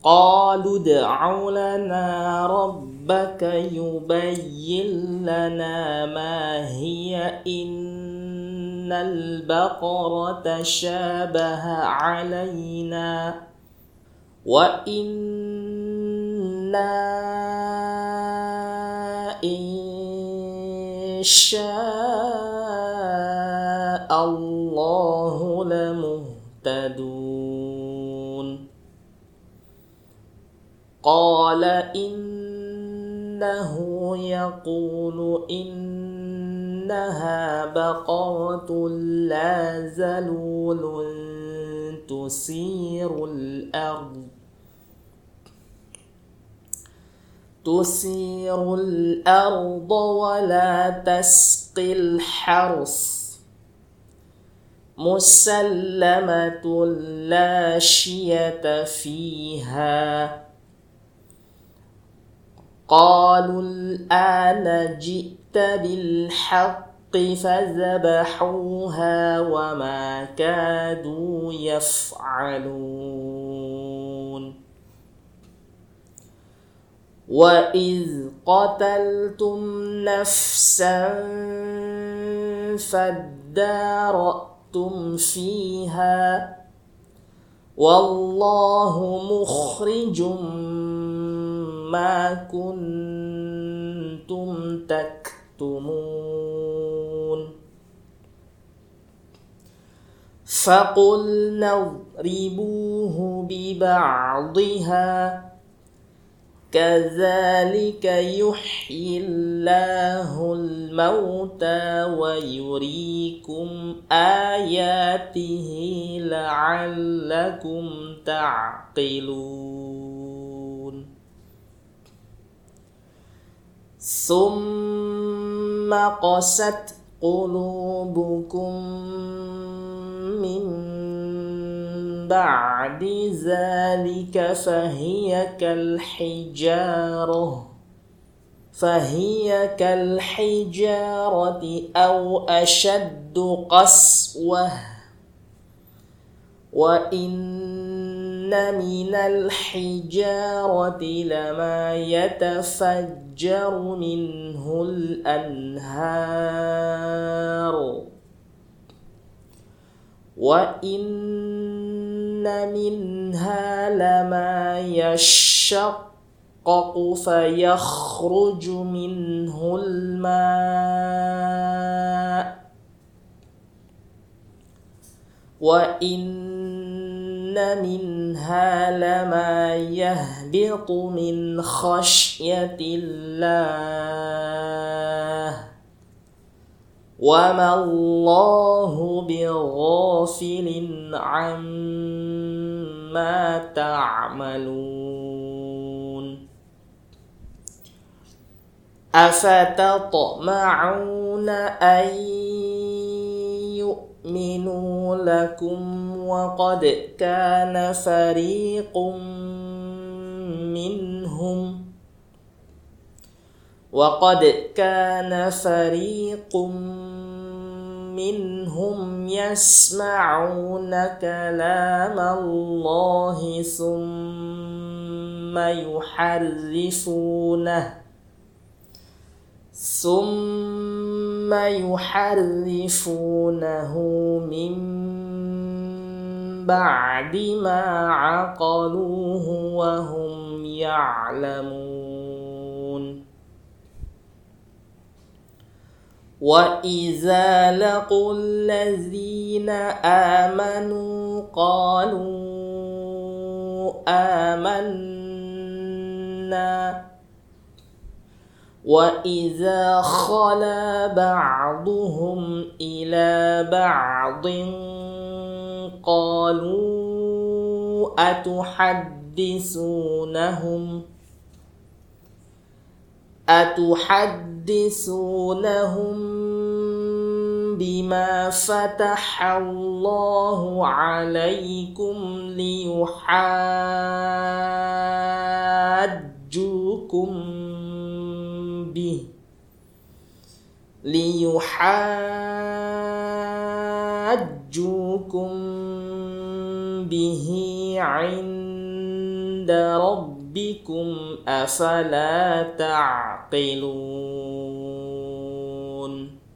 قالوا ادع لنا ربك يبين لنا ما هي إن البقرة شابه علينا وإنا إن شاء الله لمهتدون. قال إنه يقول إنها بقرة لا ذلول تثير الأرض ولا تسقي الحرث مسلمة لا شية فيها. قالوا الآن جئت بالحق فذبحوها وما كادوا يفعلون. وإذ قتلتم نفسا فادارأتم فيها والله مخرج ما كنتم تكتمون. فقلنا اضربوه ببعضها كذلك يحيي الله الموتى ويريكم آياته لعلكم تعقلون. ثم قست قلوبكم من بعد ذلك فهي كالحجارة أو أشد قسوة وإن من الحجارة لما يتفجر منه الأنهار وإن منها لما يشقق فيخرج منه الماء وإن منها لما يهبط من خشية الله وما الله بغافل عما تعملون. أفتطمعون أن يؤمنوا لكم وقد كان فريق منهم يسمعون كلام الله ثم يحرفونه من بعد ما عقلوه وهم يعلمون. وإذا لقوا الذين آمنوا قالوا آمنا وإذا خلا بعضهم إلى بعض قالوا أتحدثونهم بما فتح الله عليكم ليحاجوكم به عند عند ربكم أفلا تعقلون